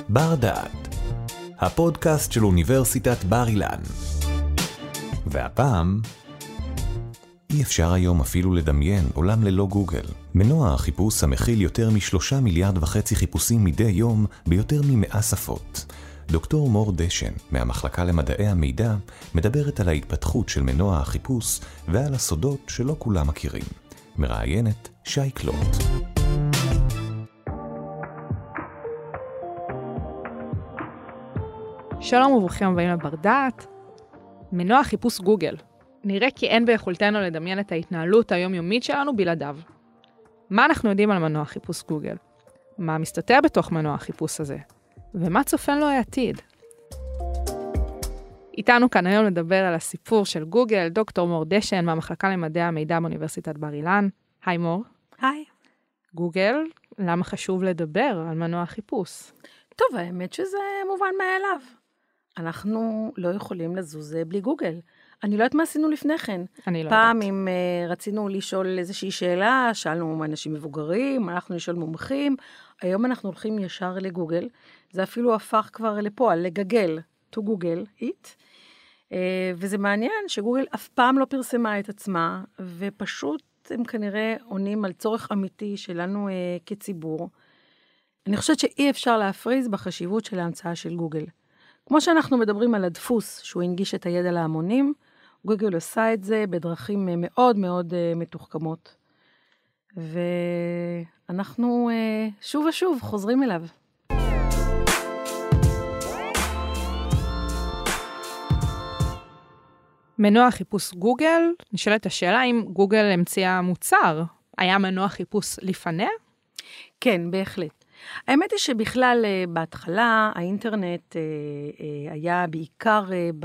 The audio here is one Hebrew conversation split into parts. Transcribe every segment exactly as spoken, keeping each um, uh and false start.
בר דעת, הפודקאסט של אוניברסיטת בר אילן. והפעם, אי אפשר היום אפילו לדמיין עולם ללא גוגל. מנוע החיפוש המכיל יותר משלושה מיליארד וחצי חיפושים מדי יום ביותר ממאה שפות. דוקטור מור דשן מהמחלקה למדעי המידע מדברת על ההתפתחות של מנוע החיפוש ועל הסודות שלא כולם מכירים. מראיינת שי קלוט. שלום וברוכים הבאים לבר דעת. מנוע חיפוש גוגל. נראה כי אין ביכולתנו לדמיין את ההתנהלות היומיומית שלנו בלעדיו. מה אנחנו יודעים על מנוע חיפוש גוגל? מה מסתתר בתוך מנוע החיפוש הזה? ומה צופן לו העתיד? איתנו כאן היום לדבר על הסיפור של גוגל, דוקטור מור דשן מהמחלקה למדעי המידע באוניברסיטת בר אילן. היי מור. היי. גוגל, למה חשוב לדבר על מנוע החיפוש? טוב, האמת שזה מובן מאליו. אנחנו לא יכולים לזוז בלי גוגל. אני לא יודעת מה עשינו לפני כן. אני לא פעם יודעת. אם uh, רצינו לשאול איזושהי שאלה, שאלנו אנשים מבוגרים, הלכנו לשאול מומחים, היום אנחנו הולכים ישר לגוגל, זה אפילו הפך כבר לפועל, לגגל, to Google it, uh, וזה מעניין שגוגל אף פעם לא פרסמה את עצמה, ופשוט הם כנראה עונים על צורך אמיתי שלנו uh, כציבור. אני חושבת שאי אפשר להפריז בחשיבות של ההמצאה של גוגל. כמו שאנחנו מדברים על הדפוס, שהוא הנגיש את הידע להמונים, גוגל עושה את זה בדרכים מאוד מאוד מתוחכמות. ואנחנו שוב ושוב חוזרים אליו. מנוע חיפוש גוגל, נשאלת השאלה אם גוגל המציאה מוצר. היה מנוע חיפוש לפניה? כן, בהחלט. האמת היא שבכלל בהתחלה האינטרנט היה בעיקר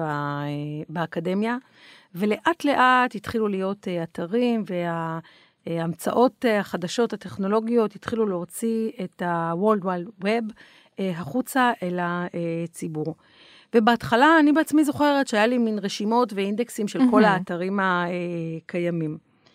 באקדמיה, ולאט לאט התחילו להיות אתרים, וההמצאות החדשות, הטכנולוגיות, התחילו להוציא את ה-World Wide Web החוצה אל הציבור. ובהתחלה אני בעצמי זוכרת שהיה לי מין רשימות ואינדקסים של כל האתרים הקיימים.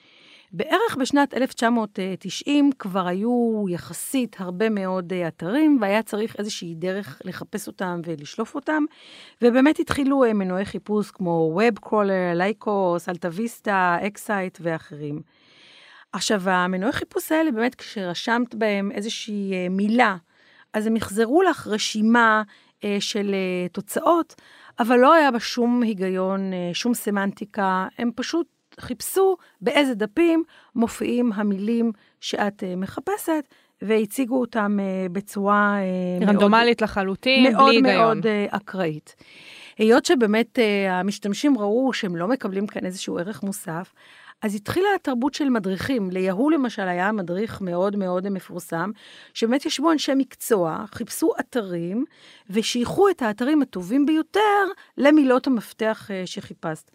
בערך בשנת אלף תשע מאות תשעים כבר היו יחסית הרבה מאוד אתרים, והיה צריך איזושהי דרך לחפש אותם ולשלוף אותם, ובאמת התחילו מנועי חיפוש כמו WebCrawler, לייקוס, אלטוויסטה, אקסייט ואחרים. עכשיו, המנועי חיפוש האלה, באמת כשרשמת בהם איזושהי מילה, אז הם יחזרו לך רשימה של תוצאות, אבל לא היה בה שום היגיון, שום סמנטיקה, הם פשוט חיפשו באיזה דפים מופיעים המילים שאת מחפשת, והציגו אותם בצורה רנדומלית מאוד, לחלוטין, מאוד בלי היגיון. מאוד אקראית. היות שבאמת המשתמשים ראו שהם לא מקבלים כאן איזשהו ערך מוסף, אז התחילה התרבות של מדריכים. ליהו למשל היה מדריך מאוד מאוד מפורסם, שבאמת ישבו אנשי מקצוע, חיפשו אתרים, ושייכו את האתרים הטובים ביותר למילות המפתח שחיפשת.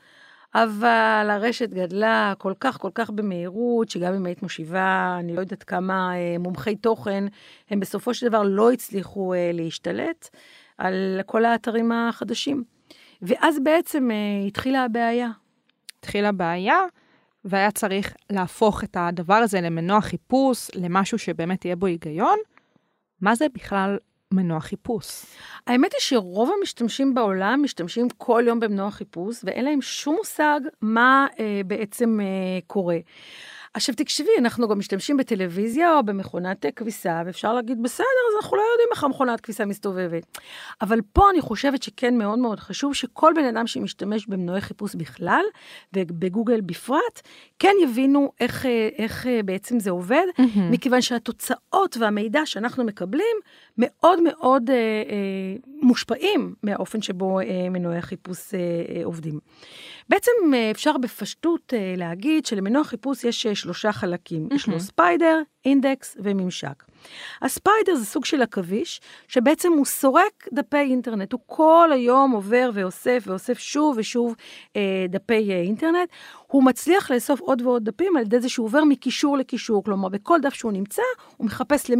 אבל הרשת גדלה כל כך, כל כך במהירות, שגם אם היית מושיבה, אני לא יודעת כמה מומחי תוכן, הם בסופו של דבר לא הצליחו להשתלט על כל האתרים החדשים. ואז בעצם התחילה הבעיה. התחילה הבעיה, והיה צריך להפוך את הדבר הזה למנוע חיפוש, למשהו שבאמת יהיה בו היגיון. מה זה בכלל מנוע חיפוש? האמת היא שרוב המשתמשים בעולם משתמשים כל יום במנוע חיפוש, ואין להם שום מושג מה אה, בעצם אה, קורה. עכשיו תקשבי, אנחנו גם משתמשים בטלוויזיה או במכונת כביסה, ואפשר להגיד, בסדר, אז אנחנו לא יודעים איך המכונת כביסה מסתובבת. אבל פה אני חושבת שכן מאוד מאוד חשוב, שכל בן אדם שמשתמש במנועי חיפוש בכלל, ובגוגל בפרט, כן יבינו איך, איך בעצם זה עובד, mm-hmm. מכיוון שהתוצאות והמידע שאנחנו מקבלים, מאוד מאוד אה, אה, מושפעים מהאופן שבו אה, מנועי חיפוש אה, אה, עובדים. בעצם אה, אפשר בפשטות אה, להגיד שלמנוע חיפוש יש שלושה חלקים. Mm-hmm. יש לו ספיידר, אינדקס וממשק. הספיידר זה סוג של עכביש, שבעצם הוא סורק דפי אינטרנט. הוא כל היום עובר ואוסף ואוסף שוב ושוב אה, דפי אה, אינטרנט. הוא מצליח לאסוף עוד ועוד דפים על ידי זה שהוא עובר מקישור לקישור. כלומר, בכל דף שהוא נמצא, הוא מחפש למי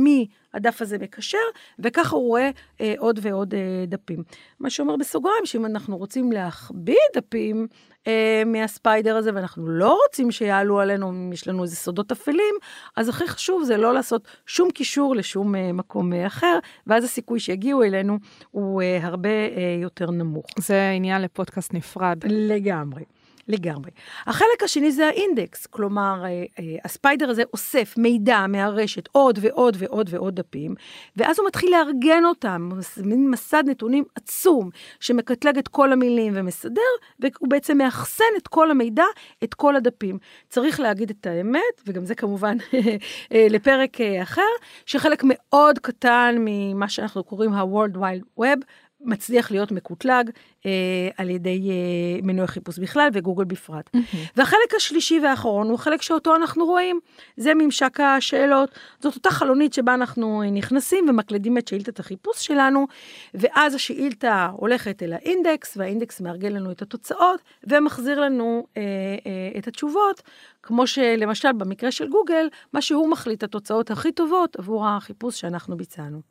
הדף הזה מקשר, וככה הוא רואה אה, עוד ועוד אה, דפים. מה שאומר בסוגריים, שאם אנחנו רוצים להכביד דפים אה, מהספיידר הזה, ואנחנו לא רוצים שיעלו עלינו, אם יש לנו איזה סודות אפלים, אז הכי חשוב זה לא לעשות שום קישור לשום אה, מקום אה, אחר, ואז הסיכוי שיגיעו אלינו הוא אה, הרבה אה, יותר נמוך. זה עניין לפודקאסט נפרד. לגמרי. לגמרי. החלק השני זה האינדקס, כלומר, הספיידר הזה אוסף מידע מהרשת עוד ועוד ועוד ועוד דפים, ואז הוא מתחיל לארגן אותם, מין מסד נתונים עצום, שמקטלג את כל המילים ומסדר, והוא בעצם מאחסן את כל המידע, את כל הדפים. צריך להגיד את האמת, וגם זה כמובן לפרק אחר, שחלק מאוד קטן ממה שאנחנו קוראים ה-World Wide Web, מצליח להיות מקוטלג אה, על ידי אה, מנועי חיפוש בכלל וגוגל בפרט. Mm-hmm. והחלק השלישי והאחרון הוא חלק שאותו אנחנו רואים, זה ממשק השאלות, זאת אותה חלונית שבה אנחנו נכנסים ומקלדים את שאילתת החיפוש שלנו, ואז השאילתה הולכת אל האינדקס, והאינדקס מארגן לנו את התוצאות, ומחזיר לנו אה, אה, את התשובות, כמו שלמשל במקרה של גוגל, מה שהוא מחליט התוצאות הכי טובות עבור החיפוש שאנחנו ביצענו.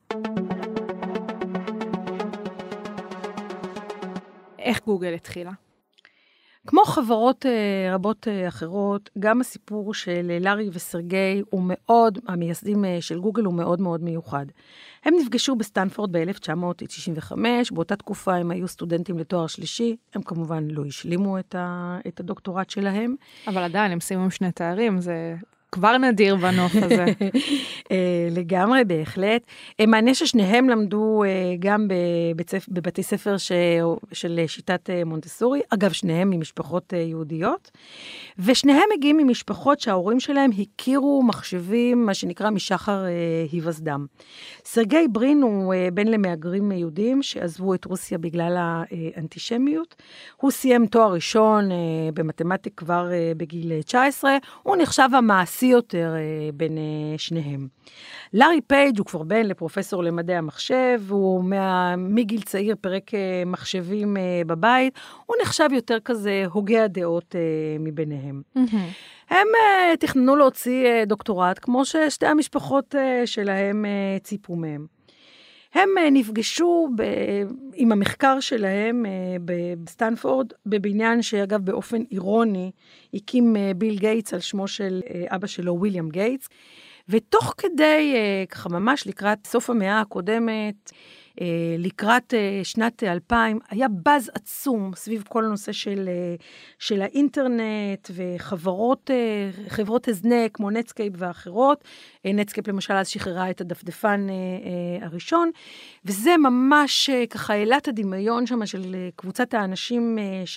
איך גוגל התחילה? כמו חברות uh, רבות uh, אחרות, גם הסיפור של לארי וסרגי הוא מאוד, המייסדים uh, של גוגל הוא מאוד מאוד מיוחד. הם נפגשו בסטנפורד ב-אלף תשע מאות תשעים וחמש, באותה תקופה הם היו סטודנטים לתואר שלישי, הם כמובן לא השלימו את, ה, את הדוקטורט שלהם. אבל עדיין הם סיימו שני תארים, זה כבר נדיר בנוף הזה. לגמרי, בהחלט. מעניין ששניהם למדו גם בבתי ספר של שיטת מונטסורי, אגב, שניהם ממשפחות יהודיות, ושניהם מגיעים ממשפחות שההורים שלהם הכירו מחשבים, מה שנקרא משחר היווסדם. סרגי ברין הוא בן למהגרים יהודים שעזבו את רוסיה בגלל האנטישמיות. הוא סיים תואר ראשון במתמטיקה כבר בגיל תשע עשרה, הוא נחשב המעשי יותר בין שניהם. לארי פייג' הוא כבר בן לפרופסור למדעי המחשב, הוא מה, מגיל צעיר פרק מחשבים בבית, הוא נחשב יותר כזה הוגה הדעות מביניהם. Mm-hmm. הם תכננו להוציא דוקטורט, כמו ששתי המשפחות שלהם ציפו מהם. הם נפגשו ב, עם המחקר שלהם בסטנפורד, בבניין שאגב באופן אירוני, הקים ביל גייטס על שמו של אבא שלו, וויליאם גייטס, ותוך כדי, ככה ממש לקראת סוף המאה הקודמת, לקראת שנת אלפיים, היה בז עצום סביב כל הנושא של, של האינטרנט וחברות, חברות הזנק כמו נטסקייפ ואחרות. נטסקייפ למשל אז שחררה את הדפדפן הראשון, וזה ממש ככה העלה את הדמיון שם של קבוצת האנשים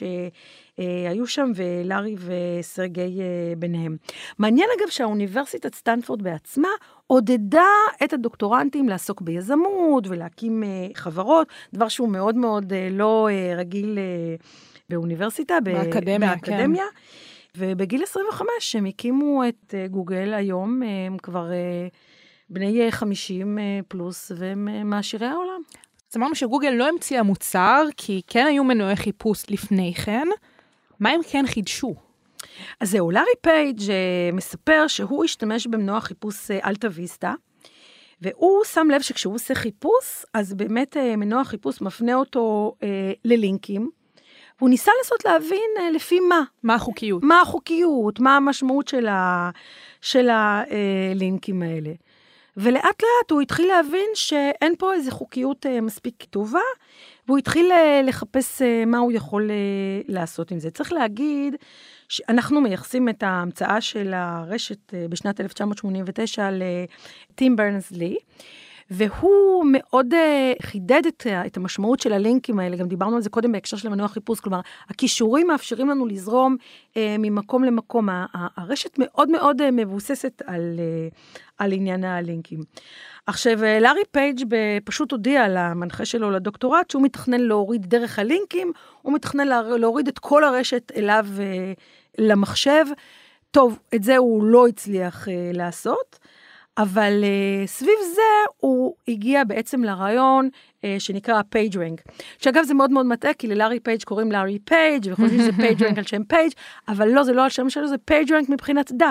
שהיו שם, ולארי וסרגי ביניהם. מעניין אגב שהאוניברסיטת סטנפורד בעצמה עודדה את הדוקטורנטים לעסוק ביזמות ולהקים חברות, דבר שהוא מאוד מאוד לא רגיל באוניברסיטה, באקדמיה, באקדמיה. כן. ובגיל עשרים וחמש הם הקימו את גוגל, היום הם כבר בני חמישים פלוס, והם מעשירי העולם. אז אמרנו שגוגל לא המציאה מוצר, כי כן היו מנועי חיפוש לפני כן. מה הם כן חידשו? אז זהו, לארי פייג' מספר שהוא השתמש במנוע חיפוש אלטה ויסטה, והוא שם לב שכשהוא עושה חיפוש, אז באמת מנוע חיפוש מפנה אותו אה, ללינקים, והוא ניסה לנסות להבין אה, לפי מה. מה החוקיות? מה החוקיות, מה המשמעות של, ה, של הלינקים האלה. ולאט לאט הוא התחיל להבין שאין פה איזו חוקיות אה, מספיק טובה, והוא התחיל אה, לחפש אה, מה הוא יכול אה, לעשות עם זה. צריך להגיד שאנחנו מייחסים את ההמצאה של הרשת אה, בשנת אלף תשע מאות שמונים ותשע לטים ברנרס-לי, והוא מאוד uh, חידד את, את המשמעות של הלינקים האלה, גם דיברנו על זה קודם בהקשר של מנוע חיפוש, כלומר, הכישורים מאפשרים לנו לזרום uh, ממקום למקום, הרשת מאוד מאוד uh, מבוססת על, uh, על עניין הלינקים. עכשיו, לארי פייג' פשוט הודיע למנחה שלו לדוקטורט, שהוא מתכנן להוריד דרך הלינקים, הוא מתכנן להוריד את כל הרשת אליו uh, למחשב, טוב, את זה הוא לא הצליח uh, לעשות, אבל uh, סביב זה הוא הגיע בעצם לרעיון uh, שנקרא PageRank. שאגב זה מאוד מאוד מטעה, כי ללארי פייג' קוראים לארי פייג' וחושבים שזה PageRank על שם פייג', אבל לא, זה לא על שם שלו, זה PageRank מבחינת דף.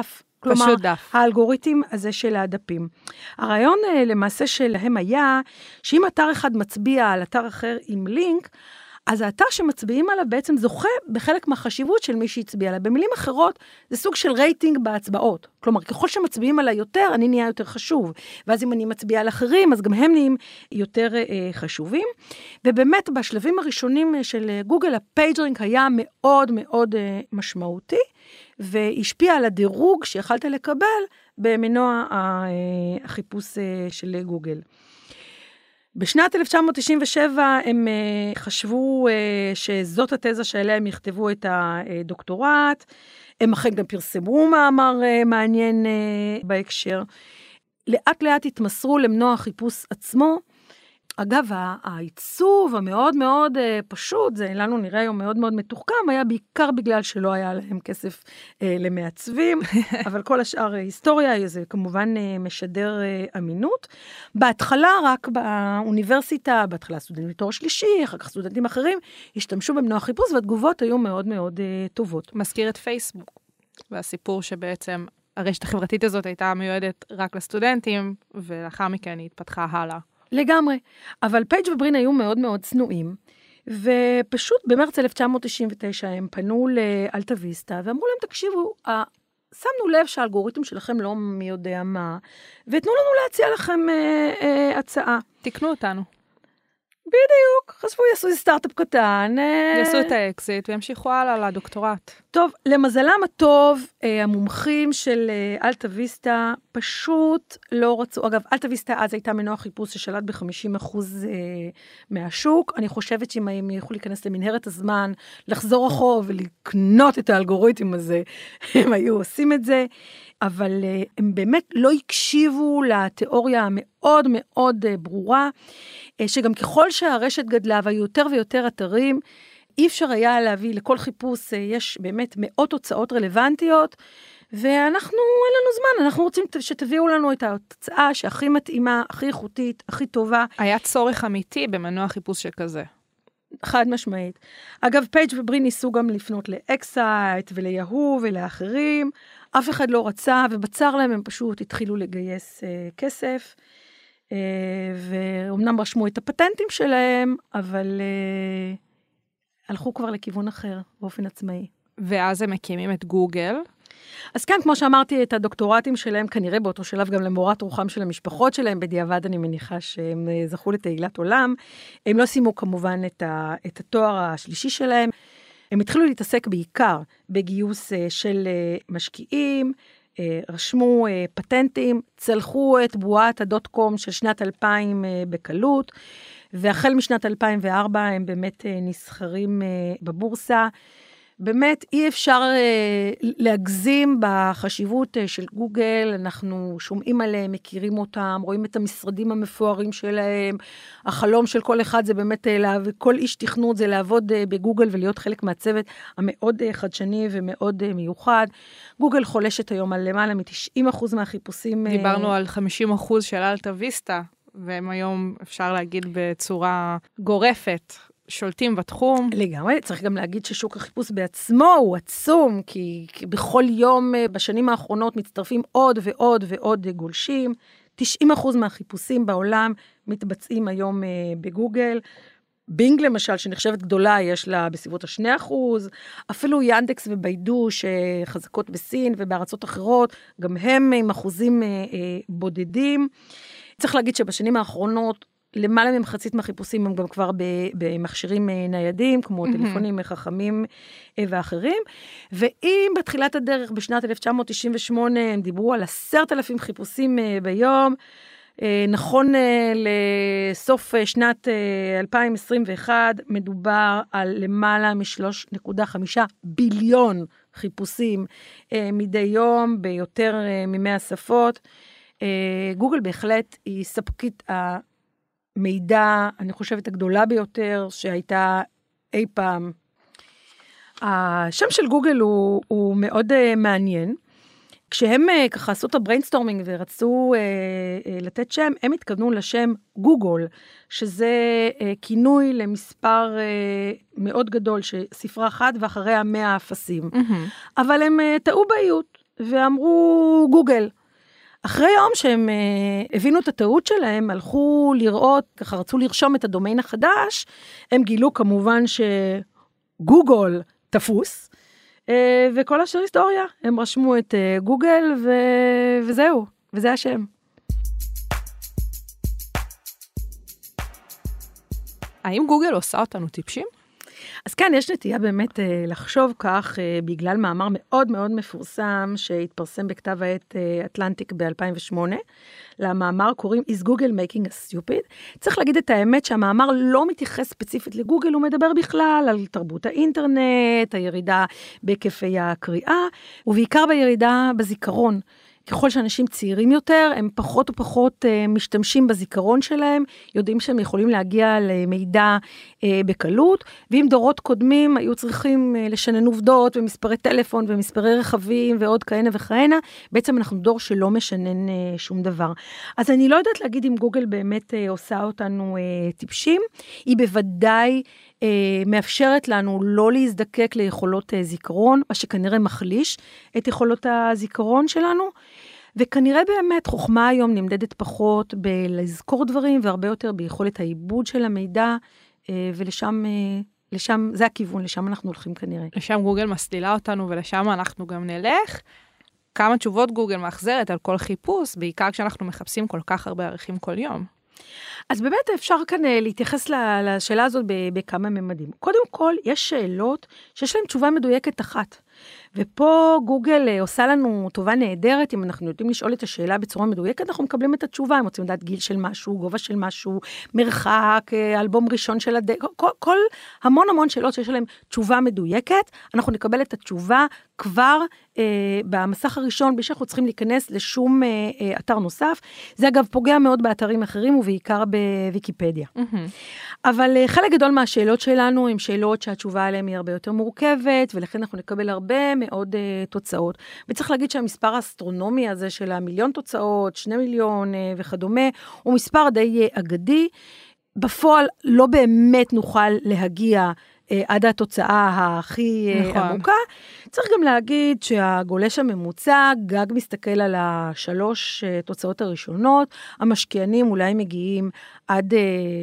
כלומר, פשוט דף. האלגוריתם הזה של הדפים. הרעיון למעשה שלהם היה, שאם אתר אחד מצביע על אתר אחר עם לינק, אז האתר שמצביעים עליו בעצם זוכה בחלק מהחשיבות של מי שהצביע עליו. במילים אחרות, זה סוג של רייטינג בהצבעות. כלומר, ככל שמצביעים עליי יותר, אני נהיה יותר חשוב. ואז אם אני מצביעה על אחרים, אז גם הם נהיים יותר אה, חשובים. ובאמת, בשלבים הראשונים של גוגל, הפייג'רינג היה מאוד מאוד אה, משמעותי, והשפיע על הדירוג שיכלת לקבל במנוע אה, החיפוש אה, של גוגל. בשנת אלף תשע מאות תשעים ושבע הם uh, חשבו uh, שזאת התזה שעליה הם יכתבו את הדוקטורט, הם אכן גם פרסמו מאמר uh, מעניין uh, בהקשר. לאט לאט התמסרו למנוע החיפוש עצמו. אגב, העיצוב המאוד מאוד פשוט, זה לנו נראה היום מאוד מאוד מתוחכם, היה בעיקר בגלל שלא היה להם כסף למעצבים, אבל כל השאר היסטוריה, זה כמובן משדר אמינות. בהתחלה רק באוניברסיטה, בהתחלה סטודנטים לתואר שלישי, אחר כך סטודנטים אחרים, השתמשו במנוע חיפוש, והתגובות היו מאוד מאוד טובות. מזכיר את פייסבוק, והסיפור שבעצם הרשת החברתית הזאת הייתה מיועדת רק לסטודנטים, ולאחר מכן היא התפתחה הלאה. לגמרי, אבל פייג' וברין היו מאוד מאוד צנועים, ופשוט במרץ אלף תשע מאות תשעים ותשע הם פנו לאלטה ויסטה, ואמרו להם, תקשיבו, שמנו לב שהאלגוריתם שלכם לא מי יודע מה, ותנו לנו להציע לכם אה, אה, הצעה. תקנו אותנו. בדיוק, חשבו, יעשו איזה סטארט-אפ קטן. יעשו את האקזיט וימשיכו הלאה לדוקטורט. טוב, למזלם הטוב, המומחים של אלטה ויסטה פשוט לא רצו, אגב, אלטה ויסטה אז הייתה מנוע חיפוש ששלט ב-חמישים אחוז מהשוק, אני חושבת שאם הם יכולו להיכנס למנהרת הזמן, לחזור אחור ולקנות את האלגוריתם הזה, הם היו עושים את זה, אבל הם באמת לא הקשיבו לתיאוריה המאוד מאוד ברורה, שגם ככל שהרשת גדלה והיו יותר ויותר אתרים, אי אפשר היה להביא לכל חיפוש, יש באמת מאות תוצאות רלוונטיות, ואנחנו, אין לנו זמן, אנחנו רוצים שתביאו לנו את התוצאה שהכי מתאימה, הכי איכותית, הכי טובה. היה צורך אמיתי במנוע חיפוש שכזה. חד משמעית. אגב, פייג' וברין ניסו גם לפנות לאקסייט וליהו ולאחרים, אף אחד לא רצה, ובצר להם הם פשוט התחילו לגייס uh, כסף, uh, ואומנם רשמו את הפטנטים שלהם, אבל uh, הלכו כבר לכיוון אחר, באופן עצמאי. ואז הם מקימים את גוגל. אז כן, כמו שאמרתי, את הדוקטורטים שלהם, כנראה באותו שלב גם למורת רוחם של המשפחות שלהם, בדיעבד אני מניחה שהם זכו לתהילת עולם. הם לא סיימו כמובן את, ה, את התואר השלישי שלהם. הם התחילו להתעסק בעיקר בגיוס של משקיעים, רשמו פטנטים, צלחו את בועת הדוט קום של שנת אלפיים בקלות, והחל משנת אלפיים וארבע הם באמת נסחרים בבורסה. באמת אי אפשר uh, להגזים בחשיבות uh, של גוגל, אנחנו שומעים עליהם, מכירים אותם, רואים את המשרדים המפוארים שלהם, החלום של כל אחד זה באמת, uh, כל איש תכנות זה לעבוד uh, בגוגל ולהיות חלק מהצוות המאוד uh, חדשני ומאוד uh, מיוחד. גוגל חולשת היום על למעלה מ-תשעים אחוז מהחיפושים. דיברנו uh, על חמישים אחוז של אלטה ויסטה, והם היום אפשר להגיד בצורה גורפת, שולטים בתחום. לגמרי, צריך גם להגיד ששוק החיפוש בעצמו הוא עצום, כי, כי בכל יום בשנים האחרונות מצטרפים עוד ועוד ועוד גולשים. תשעים אחוז מהחיפושים בעולם מתבצעים היום בגוגל. בינג למשל, שנחשבת גדולה, יש לה בסביבות השני אחוז. אפילו ינדקס וביידו, שחזקות בסין ובארצות אחרות, גם הם עם אחוזים בודדים. צריך להגיד שבשנים האחרונות, למעלה ממחצית מהחיפושים הם גם כבר במכשירים ניידים, כמו טלפונים חכמים ואחרים. ואם בתחילת הדרך, בשנת אלף תשע מאות תשעים ושמונה, הם דיברו על עשרת אלפים חיפושים ביום, נכון לסוף שנת אלפיים עשרים ואחת, מדובר על למעלה מ-שלוש נקודה חמש ביליון חיפושים מדי יום, ביותר ממאה שפות. גוגל בהחלט היא ספקית ה... מידע, אני חושבת, הגדולה ביותר שהייתה אי פעם. השם של גוגל הוא, הוא מאוד uh, מעניין. כשהם uh, ככה עשו את הבריינסטורמינג ורצו uh, uh, לתת שם, הם התכוונו לשם גוגל, שזה uh, כינוי למספר uh, מאוד גדול, שספרה אחת ואחריה מאה אפסים. Mm-hmm. אבל הם uh, טעו באיות, ואמרו גוגל. אחרי יום שהם uh, הבינו את הטעות שלהם, הלכו לראות, ככה רצו לרשום את הדומיין החדש, הם גילו כמובן שגוגל תפוס, uh, וכל השאר היסטוריה, הם רשמו את uh, גוגל, ו- וזהו, וזה השם. האם גוגל עושה אותנו טיפשים? אז כן, יש נטייה באמת לחשוב כך, בגלל מאמר מאוד מאוד מפורסם, שהתפרסם בכתב העת אטלנטיק ב-אלפיים ושמונה, למאמר קוראים Is Google Making us Stupid? צריך להגיד את האמת שהמאמר לא מתייחס ספציפית לגוגל, הוא מדבר בכלל על תרבות האינטרנט, הירידה בהיקפי הקריאה, ובעיקר בירידה בזיכרון. ככל שאנשים צעירים יותר, הם פחות ופחות uh, משתמשים בזיכרון שלהם, יודעים שהם יכולים להגיע למידע uh, בקלות, ואם דורות קודמים היו צריכים uh, לשנן עובדות ומספרי טלפון ומספרי רכבים ועוד כהנה וכהנה, בעצם אנחנו דור שלא משנן uh, שום דבר. אז אני לא יודעת להגיד אם גוגל באמת uh, עושה אותנו uh, טיפשים, היא בוודאי uh, מאפשרת לנו לא להזדקק ליכולות uh, זיכרון, מה שכנראה מחליש את יכולות הזיכרון שלנו, וכנראה באמת חוכמה היום נמדדת פחות בלזכור דברים, והרבה יותר ביכולת העיבוד של המידע, ולשם, לשם, זה הכיוון, לשם אנחנו הולכים כנראה. לשם גוגל מסלילה אותנו, ולשם אנחנו גם נלך. כמה תשובות גוגל מאחזרת על כל חיפוש, בעיקר כשאנחנו מחפשים כל כך הרבה ערכים כל יום. אז באמת אפשר כאן להתייחס לשאלה הזאת בכמה ממדים. קודם כל, יש שאלות שיש להן תשובה מדויקת אחת. ופה גוגל עושה לנו טובה נהדרת, אם אנחנו יודעים לשאול את השאלה בצורה מדויקת, אנחנו מקבלים את התשובה, הם רוצים לדעת גיל של משהו, גובה של משהו, מרחק, אלבום ראשון של הד... כל, כל המון המון שאלות שיש להן תשובה מדויקת, אנחנו נקבל את התשובה כבר אה, במסך הראשון, בלי שאנחנו צריכים להיכנס לשום אה, אה, אתר נוסף. זה אגב פוגע מאוד באתרים אחרים, ובעיקר בוויקיפדיה. Mm-hmm. אבל אה, חלק גדול מהשאלות שלנו, הם שאלות שהתשובה עליהן היא הרבה יותר מורכבת, ולכן אנחנו נקבל הרבה מאוד uh, תוצאות. וצריך להגיד שהמספר האסטרונומי הזה של המיליון תוצאות, שני מיליון uh, וכדומה, הוא מספר די uh, אגדי. בפועל לא באמת נוכל להגיע uh, עד התוצאה הכי uh, נכון. עמוקה. צריך גם להגיד שהגולש הממוצע, גג מסתכל על השלוש uh, תוצאות הראשונות, המשקיענים אולי מגיעים עד, uh,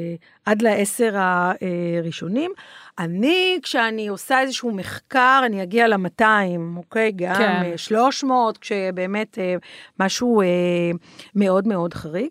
עד לעשר הראשונים. אני, כשאני עושה איזשהו מחקר, אני אגיע ל-מאתיים, אוקיי? גם כן. שלוש מאות, כשבאמת משהו מאוד מאוד חריג.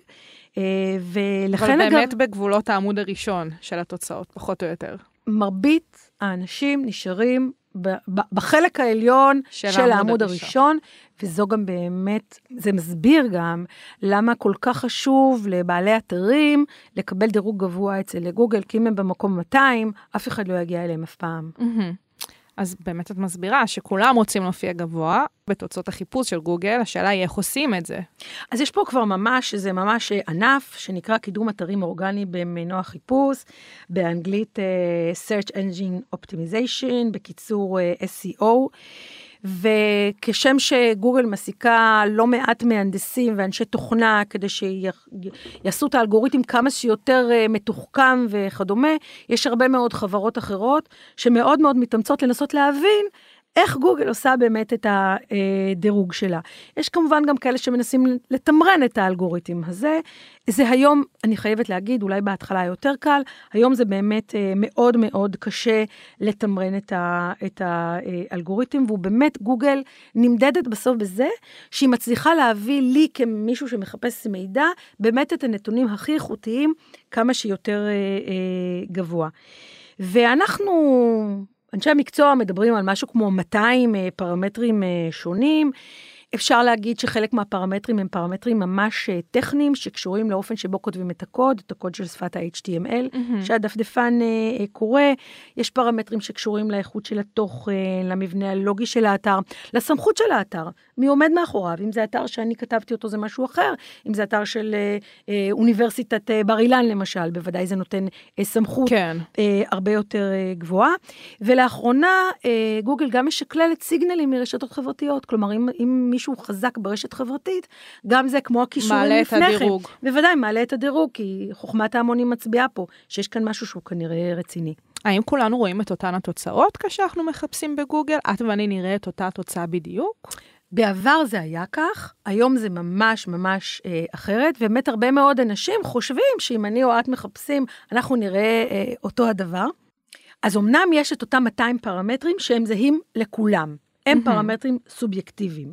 ולכן אבל באמת אגב, בגבולות העמוד הראשון של התוצאות, פחות או יותר. מרבית האנשים נשארים בחלק העליון של, של העמוד הראשון. הראשון, וזו גם באמת, זה מסביר גם למה כל כך חשוב לבעלי אתרים לקבל דירוג גבוה אצל גוגל, כי אם הם במקום מאתיים, אף אחד לא יגיע אליהם אף פעם. אז באמת את מסבירה שכולם רוצים להופיע גבוה בתוצאות החיפוש של גוגל, השאלה היא איך עושים את זה. אז יש פה כבר ממש, זה ממש ענף שנקרא קידום אתרים אורגני במנוע חיפוש, באנגלית uh, Search Engine Optimization, בקיצור uh, אס אי או, וכשם שגוגל מסיקה לא מעט מהנדסים ואנשי תוכנה, כדי שיעשו את האלגוריתם כמה שיותר מתוחכם וכדומה, יש הרבה מאוד חברות אחרות, שמאוד מאוד מתאמצות לנסות להבין, איך גוגל עושה באמת את הדירוג שלה. יש כמובן גם כאלה שמנסים לתמרן את האלגוריתם הזה. זה היום, אני חייבת להגיד, אולי בהתחלה יותר קל, היום זה באמת מאוד מאוד קשה לתמרן את האלגוריתם, והוא באמת, גוגל נמדדת בסוף בזה, שהיא מצליחה להביא לי כמישהו שמחפש מידע, באמת את הנתונים הכי איכותיים, כמה שיותר גבוה. ואנחנו... אנשי המקצוע מדברים על משהו כמו מאתיים פרמטרים שונים, אפשר להגיד שחלק מהפרמטרים הם פרמטרים ממש טכניים, שקשורים לאופן שבו כותבים את הקוד, את הקוד של שפת ה-אייץ' טי אם אל, mm-hmm. שהדפדפן uh, קורא, יש פרמטרים שקשורים לאיכות של התוכן, למבנה הלוגי של האתר, לסמכות של האתר, מי עומד מאחוריו, אם זה אתר שאני כתבתי אותו זה משהו אחר, אם זה אתר של uh, uh, אוניברסיטת uh, בר אילן למשל, בוודאי זה נותן uh, סמכות כן. uh, הרבה יותר uh, גבוהה, ולאחרונה uh, גוגל גם משקללת סיגנלים מרשתות חברתיות, כלומר אם, אם מישהו חזק ברשת חברתית, גם זה כמו הכישורים לפניכם. מעלה את הדירוג. בוודאי, מעלה את הדירוג, כי חוכמת ההמונים מצביעה פה, שיש כאן משהו שהוא כנראה רציני. האם כולנו רואים את אותן התוצאות כשאנחנו מחפשים בגוגל? את ואני נראה את אותה התוצאה בדיוק? בעבר זה היה כך, היום זה ממש ממש אה, אחרת, ובאמת הרבה מאוד אנשים חושבים שאם אני או את מחפשים, אנחנו נראה אה, אותו הדבר. אז אמנם יש את אותם מאתיים פרמטרים שהם זהים לכולם, הם mm-hmm. פרמטרים סובייקטיביים.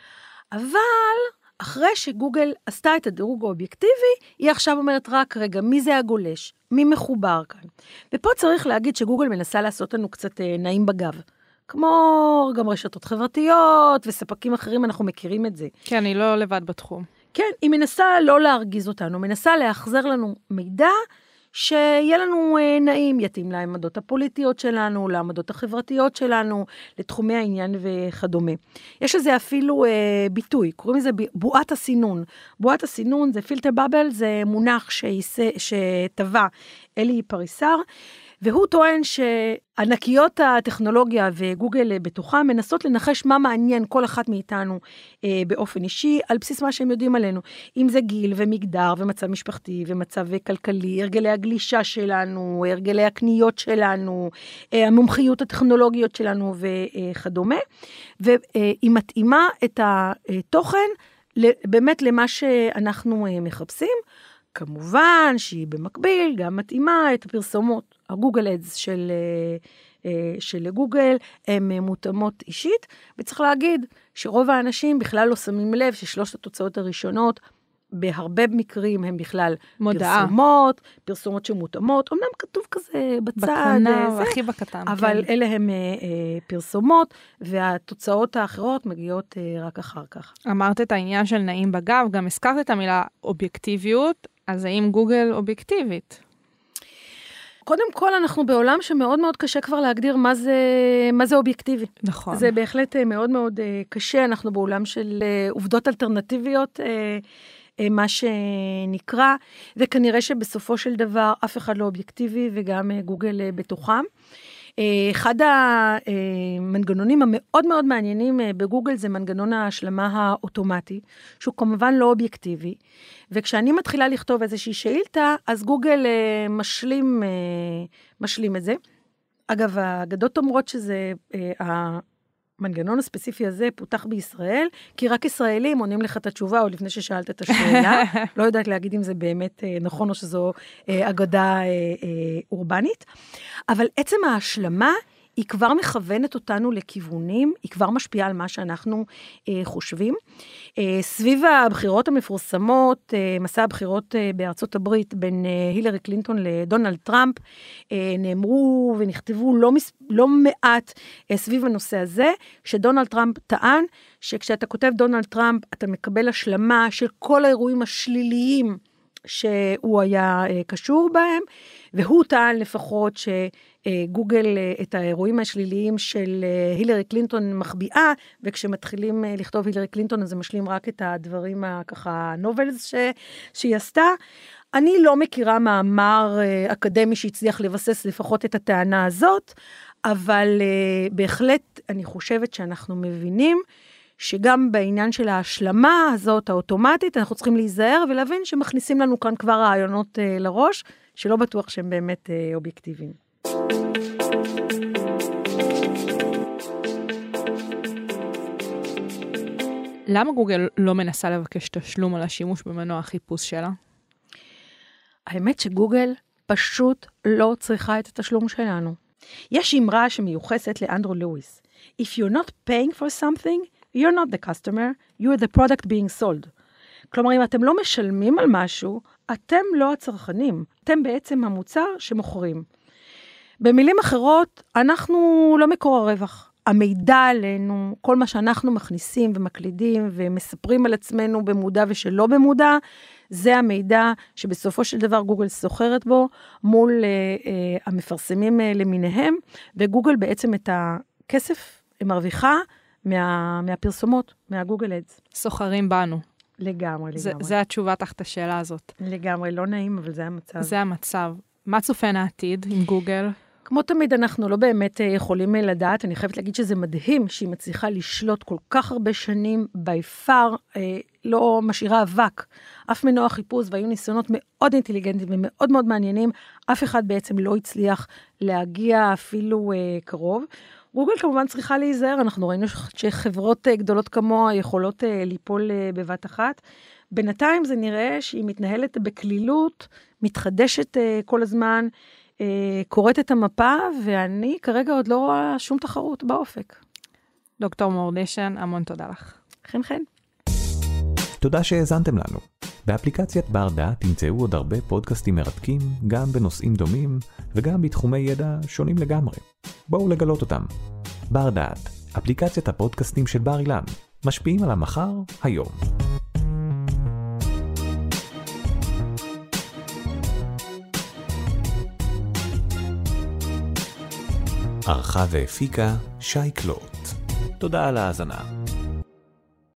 אבל אחרי שגוגל עשתה את הדירוג האובייקטיבי, היא עכשיו אומרת רק, רגע, מי זה הגולש? מי מחובר כאן? ופה צריך להגיד שגוגל מנסה לעשות לנו קצת אה, נעים בגב. כמו גם רשתות חברתיות וספקים אחרים, אנחנו מכירים את זה. כן, היא לא לבד בתחום. כן, היא מנסה לא להרגיז אותנו, מנסה להחזר לנו מידע שיהיה לנו אה, נעים, יתאים לעמדות הפוליטיות שלנו, לעמדות החברתיות שלנו, לתחומי העניין וכדומה. יש לזה אפילו אה, ביטוי, קוראים לזה בועת הסינון. בועת הסינון זה פילטר בבל, זה מונח שטבע אלי פריסר, והוא טוען שענקיות הטכנולוגיה וגוגל בתוכם מנסות לנחש מה מעניין כל אחת מאיתנו אה, באופן אישי, על בסיס מה שהם יודעים עלינו. אם זה גיל ומגדר ומצב משפחתי ומצב כלכלי, הרגלי הגלישה שלנו, הרגלי הקניות שלנו, אה, המומחיות הטכנולוגיות שלנו וכדומה. והיא מתאימה את התוכן באמת למה שאנחנו אה, מחפשים. כמובן שהיא במקביל גם מתאימה את הפרסומות, הגוגל אדס של, של גוגל, הן מותאמות אישית, וצריך להגיד שרוב האנשים בכלל לא שמים לב ששלושת התוצאות הראשונות, בהרבה מקרים הם בכלל מודעה. פרסומות, פרסומות שמותאמות, אמנם כתוב כזה בצד, בקטנה, זה, הכי בקטן. אבל כן. אלה הם אה, אה, פרסומות, והתוצאות האחרות מגיעות אה, רק אחר כך. אמרת את העניין של נעים בגב, גם הזכרת את המילה אובייקטיביות, אז האם גוגל אובייקטיבית? קודם כל, אנחנו בעולם שמאוד מאוד קשה כבר להגדיר מה זה, מה זה אובייקטיבי. נכון. זה בהחלט מאוד מאוד קשה, אנחנו בעולם של עובדות אלטרנטיביות, מה שנקרא, וכנראה שבסופו של דבר אף אחד לא אובייקטיבי, וגם גוגל בתוכם. אחד המנגנונים המאוד מאוד מעניינים בגוגל זה מנגנון ההשלמה האוטומטי, שהוא כמובן לא אובייקטיבי, וכשאני מתחילה לכתוב איזושהי שאילתה, אז גוגל משלים, משלים את זה. אגב, האגדות אומרות שזה, המנגנון הספציפי הזה פותח בישראל, כי רק ישראלים עונים לך את התשובה, או לפני ששאלת את השאלה, לא יודעת להגיד אם זה באמת נכון, או שזו אגדה אורבנית, אבל עצם ההשלמה, היא כבר מכוונת אותנו לכיוונים, היא כבר משפיעה על מה שאנחנו אה, חושבים. אה, סביב הבחירות המפורסמות, אה, מסע הבחירות אה, בארצות הברית, בין אה, הילרי קלינטון לדונלד טראמפ, אה, נאמרו ונכתבו לא, מס, לא מעט אה, סביב הנושא הזה, שדונלד טראמפ טען, שכשאתה כותב דונלד טראמפ, אתה מקבל השלמה של כל האירועים השליליים, שהוא היה אה, קשור בהם, והוא טען לפחות שגוגל אה, את האירועים השליליים של אה, הילרי קלינטון מחביאה, וכשמתחילים אה, לכתוב הילרי קלינטון, אז זה משלים רק את הדברים ככה, נובלס ש, שהיא עשתה. אני לא מכירה מאמר אה, אקדמי שהצליח לבסס לפחות את הטענה הזאת, אבל אה, בהחלט אני חושבת שאנחנו מבינים, שגם בעניין של ההשלמה הזאת האוטומטית, אנחנו צריכים להיזהר ולהבין שמכניסים לנו כאן כבר רעיונות אה, לראש, שלא בטוח שהם באמת אה, אובייקטיביים. למה גוגל לא מנסה לבקש תשלום על השימוש במנוע החיפוש שלה? האמת שגוגל פשוט לא צריכה את התשלום שלנו. יש אמרה שמיוחסת לאנדרו לואיס. If you're not paying for something, you're not the customer, you're the product being sold. כלומר, אם אתם לא משלמים על משהו, אתם לא הצרכנים, אתם בעצם המוצר שמוכרים. במילים אחרות, אנחנו לא מקור הרווח. המידע עלינו, כל מה שאנחנו מכניסים ומקלידים ומספרים על עצמנו במודע ושלא במודע, זה המידע שבסופו של דבר גוגל סוחרת בו מול אה, אה, המפרסמים אה, למיניהם, וגוגל בעצם את הכסף מרוויחה מה, מהפרסומות, מהגוגל אדס. סוחרים בנו. לגמרי, זה, לגמרי. זה התשובה תחת השאלה הזאת. לגמרי, לא נעים, אבל זה המצב. זה המצב. מה צופן העתיד עם גוגל? כמו תמיד, אנחנו לא באמת יכולים לדעת. אני חייבת להגיד שזה מדהים שהיא מצליחה לשלוט כל כך הרבה שנים ביפר, אה, לא משאירה אבק. אף מנוע חיפוש, והיו ניסיונות מאוד אינטליגנטיים ומאוד מאוד מעניינים. אף אחד בעצם לא הצליח להגיע אפילו אה, קרוב. גוגל כמובן צריכה להיזהר, אנחנו ראינו שחברות גדולות כמוה יכולות ליפול בבת אחת. בינתיים זה נראה שהיא מתנהלת בכלילות, מתחדשת כל הזמן, קוראת את המפה, ואני כרגע עוד לא רואה שום תחרות באופק. דוקטור מור דשן, המון תודה לך. חן חן. תודה שהאזנתם לנו. באפליקציית בר דעת תמצאו עוד הרבה פודקאסטים מרתקים, גם בנושאים דומים וגם בתחומי ידע שונים לגמרי. בואו לגלות אותם. בר דעת, אפליקציית הפודקאסטים של בר אילן, משפיעים על המחר היום. ערכה והפיקה שי קלוט. תודה על ההאזנה.